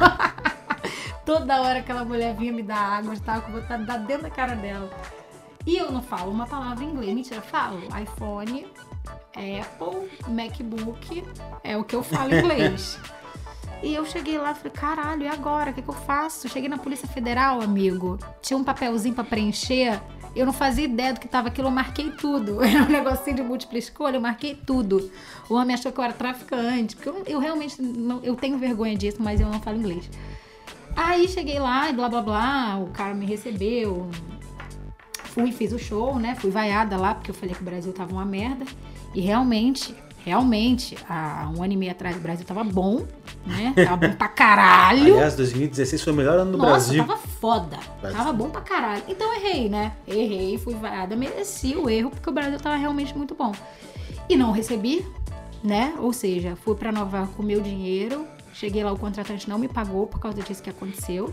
Toda hora aquela mulher vinha me dar água, eu tava com vontade de dar dentro da cara dela. E eu não falo uma palavra em inglês. Mentira, falo iPhone, Apple, MacBook, é o que eu falo em inglês. E eu cheguei lá e falei, caralho, e agora? O que eu faço? Cheguei na Polícia Federal, amigo. Tinha um papelzinho pra preencher. Eu não fazia ideia do que tava aquilo, eu marquei tudo. Era um negocinho de múltipla escolha, eu marquei tudo. O homem achou que eu era traficante, porque eu realmente não, eu tenho vergonha disso, mas eu não falo inglês. Aí cheguei lá e blá blá blá, o cara me recebeu. Fiz o show, né? Fui vaiada lá, porque eu falei que o Brasil tava uma merda. E realmente realmente, há 1 ano e meio atrás o Brasil tava bom, né? Tava bom pra caralho. Aliás, 2016 foi o melhor ano do Nossa, Brasil. tava foda. Tava bom pra caralho. Então errei, né? Errei, fui vaiada, mereci o erro, porque o Brasil tava realmente muito bom. E não recebi, né? Ou seja, fui pra Nova York com meu dinheiro, cheguei lá, o contratante não me pagou por causa disso que aconteceu.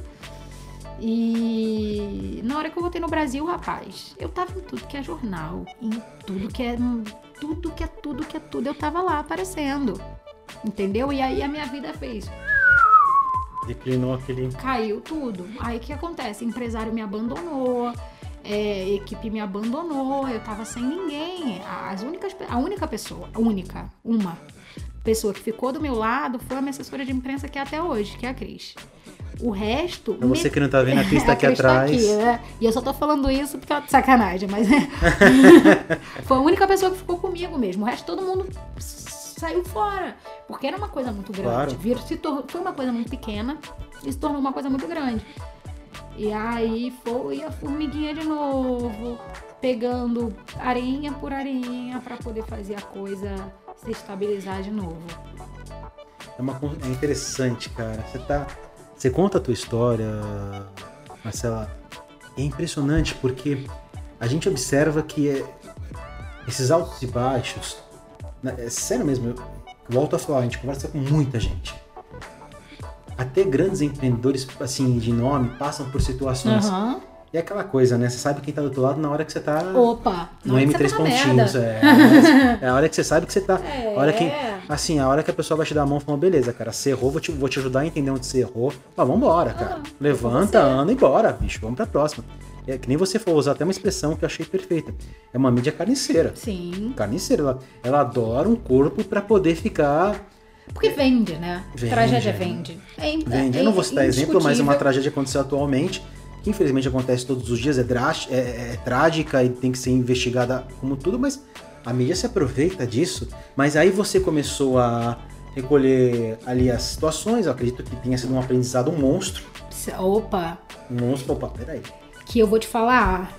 E na hora que eu voltei no Brasil, rapaz, eu tava em tudo que é jornal, em tudo que é tudo, eu tava lá aparecendo, entendeu? E aí a minha vida fez... Declinou aquele... Caiu tudo. Aí o que acontece? Empresário me abandonou, equipe me abandonou, eu tava sem ninguém. Uma pessoa que ficou do meu lado foi a minha assessora de imprensa, que é até hoje, que é a Cris. O resto... Pra você que não tá vendo, a Cris tá aqui atrás. Tá aqui, né? E eu só tô falando isso porque é de sacanagem, mas... Foi a única pessoa que ficou comigo mesmo. O resto, todo mundo saiu fora. Porque era uma coisa muito grande. Claro. Foi uma coisa muito pequena e se tornou uma coisa muito grande. E aí foi a formiguinha de novo, pegando arinha por arinha pra poder fazer a coisa se estabilizar de novo. É interessante, cara. Você conta a tua história, Marcela, é impressionante porque a gente observa que esses altos e baixos, é sério mesmo, eu volto a falar, a gente conversa com muita gente. Até grandes empreendedores, assim, de nome, passam por situações. Uhum. E é aquela coisa, né? Você sabe quem tá do outro lado na hora que você tá... Opa! No M3 pontinhos. É a hora que você sabe que você tá... A hora que a pessoa vai te dar a mão e fala, beleza, cara, você errou, vou te ajudar a entender onde você errou. Mas vambora, cara. Levanta, anda e bora, bicho. Vamos pra próxima. É que nem você for usar até uma expressão que eu achei perfeita. É uma mídia carniceira. Sim. Carniceira. Ela adora um corpo pra poder ficar... Porque vende, né? Tragédia vende. Vende. Eu não vou citar exemplo, mas uma tragédia aconteceu atualmente, que infelizmente acontece todos os dias, é trágica e tem que ser investigada como tudo, mas a mídia se aproveita disso. Mas aí você começou a recolher ali as situações, eu acredito que tenha sido um aprendizado, um monstro. Opa, peraí. Que eu vou te falar...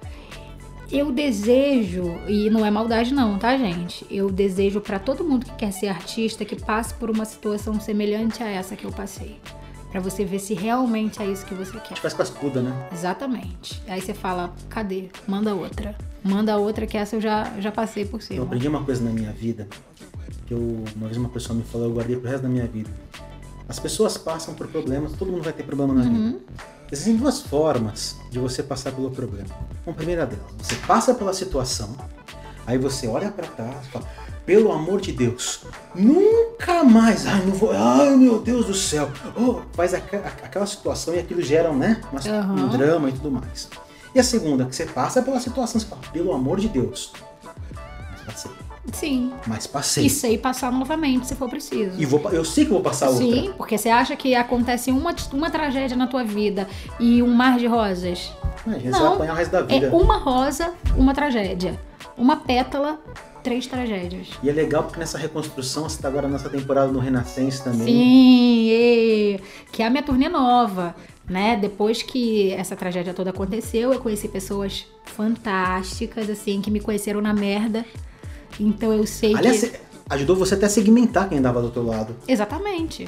Eu desejo, e não é maldade não, tá, gente? Eu desejo pra todo mundo que quer ser artista que passe por uma situação semelhante a essa que eu passei. Pra você ver se realmente é isso que você quer. A gente faz cascuda, né? Exatamente. Aí você fala, cadê? Manda outra. Manda outra, que essa eu já passei por cima. Eu aprendi uma coisa na minha vida, que uma vez uma pessoa me falou, eu guardei pro resto da minha vida. As pessoas passam por problemas, todo mundo vai ter problema na vida. Existem 2 formas de você passar pelo problema. A primeira delas, você passa pela situação, aí você olha pra trás e fala, pelo amor de Deus, nunca mais, não vou, meu Deus do céu. Faz aquela situação e aquilo gera, né, um drama e tudo mais. E a segunda, que você passa pela situação, você fala, pelo amor de Deus, mas passei. Sim. Mas passei. E sei passar novamente, se for preciso. E eu sei que vou passar outra. Sim, porque você acha que acontece uma tragédia na tua vida e um mar de rosas. Você vai apanhar o resto da vida. É uma rosa, uma tragédia. Uma pétala, 3 tragédias. E é legal porque nessa reconstrução, você tá agora nessa temporada no Renascença também. Sim, que é a minha turnê nova. Né? Depois que essa tragédia toda aconteceu, eu conheci pessoas fantásticas, assim, que me conheceram na merda. Então eu sei Aliás, ajudou você até a segmentar quem andava do outro lado. Exatamente.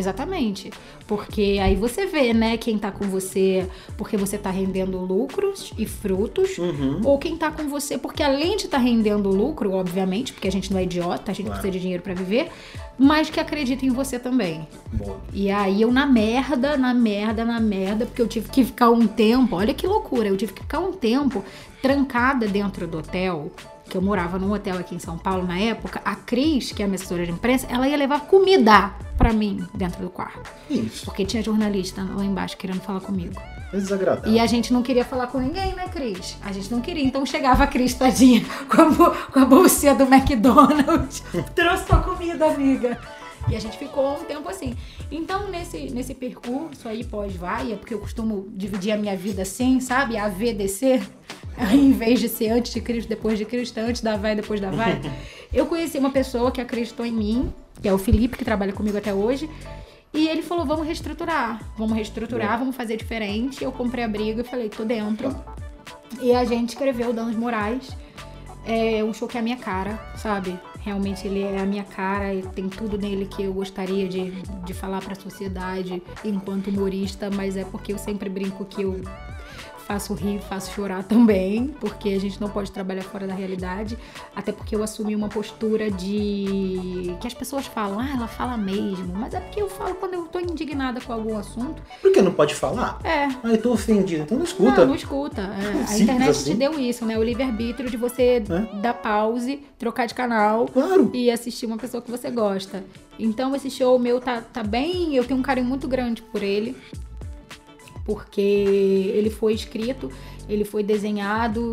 Porque aí você vê, né, quem tá com você porque você tá rendendo lucros e frutos, ou quem tá com você porque além de tá rendendo lucro, obviamente, porque a gente não é idiota, a gente precisa de dinheiro pra viver, mas que acredita em você também. Boa. E aí eu na merda, porque eu tive que ficar um tempo, olha que loucura, eu tive que ficar um tempo trancada dentro do hotel, que eu morava num hotel aqui em São Paulo na época. A Cris, que é a minha assessora de imprensa, ela ia levar comida pra mim dentro do quarto. Isso. Porque tinha jornalista lá embaixo querendo falar comigo. É desagradável. E a gente não queria falar com ninguém, né, Cris? A gente não queria. Então chegava a Cris, tadinha, com a bolsinha do McDonald's. Trouxe tua comida, amiga. E a gente ficou um tempo assim. Então, nesse percurso aí pós-vaia, porque eu costumo dividir a minha vida assim, sabe? A V, DC, em vez de ser antes de Cristo, depois de Cristo, antes da vaia, depois da vaia. Eu conheci uma pessoa que acreditou em mim, que é o Felipe, que trabalha comigo até hoje. E ele falou, vamos reestruturar, vamos fazer diferente. Eu comprei a briga e falei, tô dentro. E a gente escreveu Danos Morais. É um show que é a minha cara, sabe? Realmente ele é a minha cara e tem tudo nele que eu gostaria de falar pra sociedade enquanto humorista, mas é porque eu sempre brinco que eu faço rir, faço chorar também, porque a gente não pode trabalhar fora da realidade, até porque eu assumi uma postura de... que as pessoas falam, ela fala mesmo, mas é porque eu falo quando eu tô indignada com algum assunto. Por que não pode falar? Eu tô ofendido, então não escuta. Não escuta. A internet assim te deu isso, né? O livre-arbítrio de você dar pause, trocar de canal e assistir uma pessoa que você gosta. Então esse show meu tá bem, eu tenho um carinho muito grande por ele, porque ele foi escrito, ele foi desenhado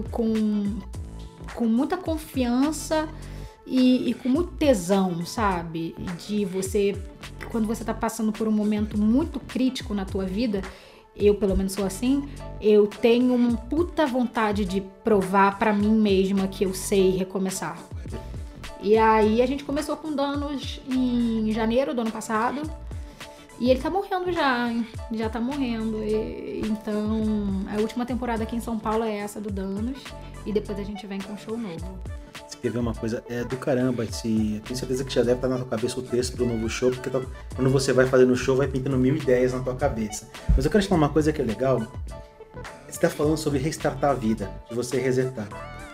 com muita confiança e com muito tesão, sabe? De você, quando você tá passando por um momento muito crítico na tua vida, eu pelo menos sou assim, eu tenho uma puta vontade de provar pra mim mesma que eu sei recomeçar. E aí a gente começou com Danos em janeiro do ano passado. E ele tá morrendo já tá morrendo. Então, a última temporada aqui em São Paulo é essa do Danos. E depois a gente vem com um show novo. Escrever uma coisa do caramba. Eu tenho certeza que já deve estar na tua cabeça o texto do novo show, porque quando você vai fazer no show, vai pintando 1000 ideias na tua cabeça. Mas eu quero te falar uma coisa que é legal. Você tá falando sobre restartar a vida, de você resetar.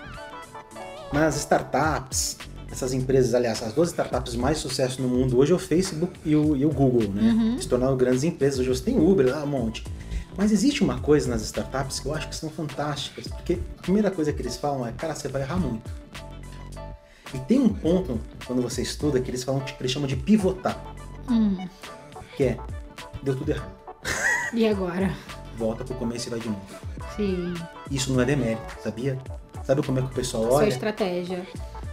Nas startups... essas empresas, aliás, as 2 startups mais sucesso no mundo hoje é o Facebook e o Google, né? Se tornaram grandes empresas. Hoje você tem Uber, lá um monte. Mas existe uma coisa nas startups que eu acho que são fantásticas, porque a primeira coisa que eles falam é, cara, você vai errar muito. E tem um ponto, quando você estuda, que eles falam que eles chamam de pivotar. Que é, deu tudo errado. E agora? Volta pro começo e vai de novo. Sim. Isso não é demérito, sabia? Sabe como é que o pessoal olha? Sua estratégia.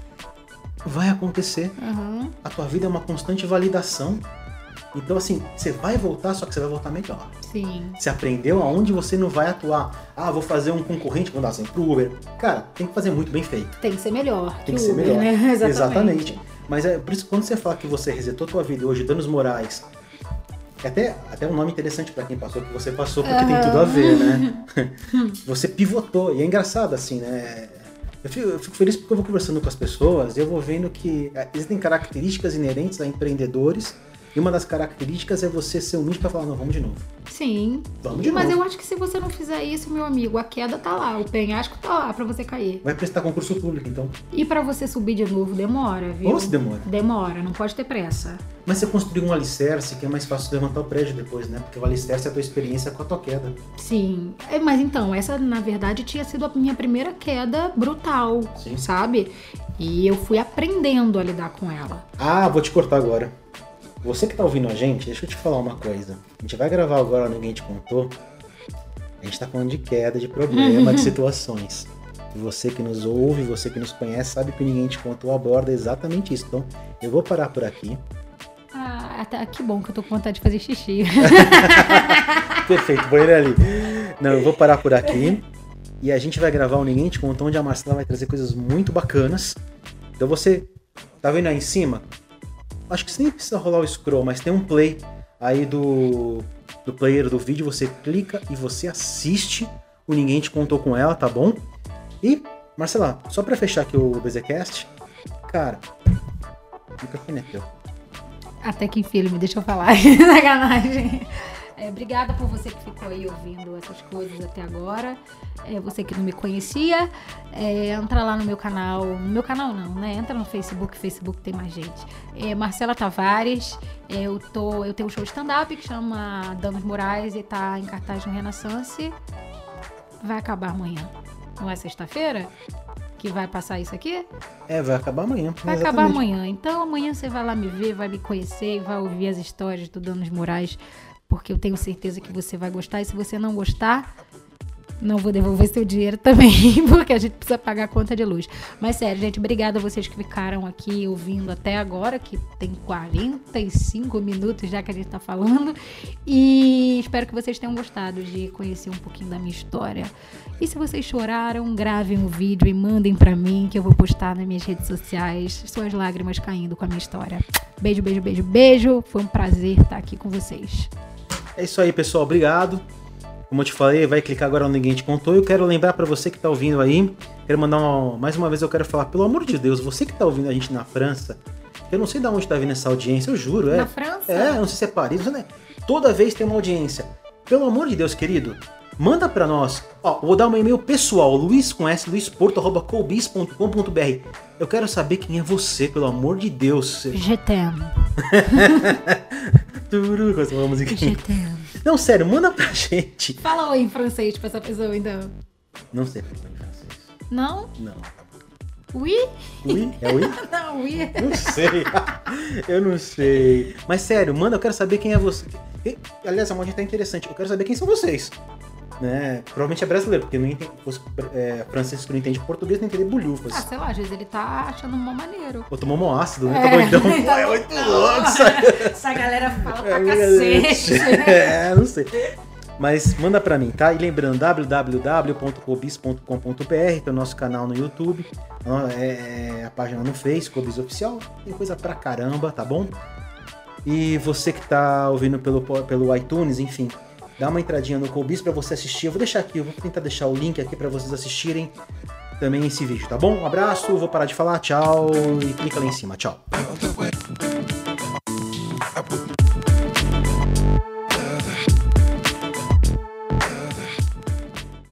Vai acontecer. A tua vida é uma constante validação. Então, assim, você vai voltar, só que você vai voltar melhor. Sim. Você aprendeu aonde você não vai atuar. Vou fazer um concorrente, vamos dar assim, pro Uber. Cara, tem que fazer muito bem feito. Tem que ser melhor. Tem que ser melhor. Né? Exatamente. Mas é por isso que quando você fala que você resetou tua vida hoje, Danos Morais, até um nome interessante pra quem passou, que você passou, porque tem tudo a ver, né? Você pivotou. E é engraçado, assim, né? Eu fico feliz porque eu vou conversando com as pessoas e eu vou vendo que existem características inerentes a empreendedores e uma das características é você ser humilde para falar, não, vamos de novo. Sim. Vamos de novo. Mas eu acho que se você não fizer isso, meu amigo, a queda tá lá, o penhasco tá lá pra você cair. Vai prestar concurso público, então. E pra você subir de novo, demora, viu? Ou se demora? Demora, não pode ter pressa. Mas você construiu um alicerce que é mais fácil de levantar o prédio depois, né? Porque o alicerce é a tua experiência com a tua queda. Sim. Mas então, essa na verdade tinha sido a minha primeira queda brutal, sabe? E eu fui aprendendo a lidar com ela. Vou te cortar agora. Você que tá ouvindo a gente, deixa eu te falar uma coisa. A gente vai gravar agora Ninguém Te Contou. A gente tá falando de queda, de problema, de situações. E você que nos ouve, você que nos conhece, sabe que o Ninguém Te Contou aborda exatamente isso. Então, eu vou parar por aqui. Até que bom que eu tô com vontade de fazer xixi. Perfeito, banheiro ali. Não, eu vou parar por aqui. E a gente vai gravar o Ninguém Te Contou, onde a Marcela vai trazer coisas muito bacanas. Então você tá vendo aí em cima? Acho que você nem precisa rolar o scroll, mas tem um play aí do player do vídeo. Você clica e você assiste o Ninguém Te Contou com ela, tá bom? E, Marcela, só pra fechar aqui o BZCast, cara, o microfone é teu. Até que enfim, ele me deixou falar. Sacanagem. Obrigada por você que ficou aí ouvindo essas coisas até agora. Você que não me conhecia, entra lá no meu canal. No meu canal não, né? Entra no Facebook tem mais gente. Marcela Tavares. Eu tenho um show de stand-up que chama Danos Morais e tá em cartaz no Renaissance. Vai acabar amanhã. Não é sexta-feira? Que vai passar isso aqui? Vai acabar amanhã. Vai acabar amanhã. Então amanhã você vai lá me ver, vai me conhecer e vai ouvir as histórias do Danos Morais, porque eu tenho certeza que você vai gostar. E se você não gostar, não vou devolver seu dinheiro também, porque a gente precisa pagar a conta de luz. Mas sério, gente, obrigada a vocês que ficaram aqui ouvindo até agora, que tem 45 minutos já que a gente tá falando. E espero que vocês tenham gostado de conhecer um pouquinho da minha história. E se vocês choraram, gravem um vídeo e mandem pra mim, que eu vou postar nas minhas redes sociais, suas lágrimas caindo com a minha história. Beijo, beijo, beijo, beijo. Foi um prazer estar aqui com vocês. É isso aí, pessoal. Obrigado. Como eu te falei, vai clicar agora no Ninguém Te Contou. Eu quero lembrar pra você que tá ouvindo aí, quero mandar mais uma vez, eu quero falar, pelo amor de Deus, você que tá ouvindo a gente na França, eu não sei de onde tá vindo essa audiência, eu juro. Na França? Não sei se é Paris, não sei, toda vez tem uma audiência. Pelo amor de Deus, querido, manda pra nós. Ó, vou dar um e-mail pessoal, luisporto@coubis.com.br. Eu quero saber quem é você, pelo amor de Deus. Je t'aime. Turu, com essa musiquinha. Je t'aime. Não, sério, manda pra gente. Fala oi em francês pra essa pessoa, então. Não sei falar em francês. Não? Não. Oui? Oui? É oui? Não, oui. Não sei. Eu não sei. Mas sério, manda, eu quero saber quem é você. Aliás, a moda tá interessante. Eu quero saber quem são vocês. Né? Provavelmente é brasileiro, porque não entende, francês que não entende português não entende bolhufas. Ah, sei lá, às vezes ele tá achando mó maneiro. Ou tomou um ácido, né? Tá doidão. Tá É muito louco isso. Essa galera fala pra cacete. Não sei. Mas manda pra mim, tá? E lembrando, www.coubis.com.br, tem o nosso canal no YouTube, a página no Face, Coubis Oficial, tem coisa pra caramba, tá bom? E você que tá ouvindo pelo iTunes, enfim, dá uma entradinha no Coubis pra você assistir. Eu vou deixar aqui, eu vou tentar deixar o link aqui pra vocês assistirem também esse vídeo, tá bom? Um abraço, vou parar de falar, tchau, e clica lá em cima, tchau.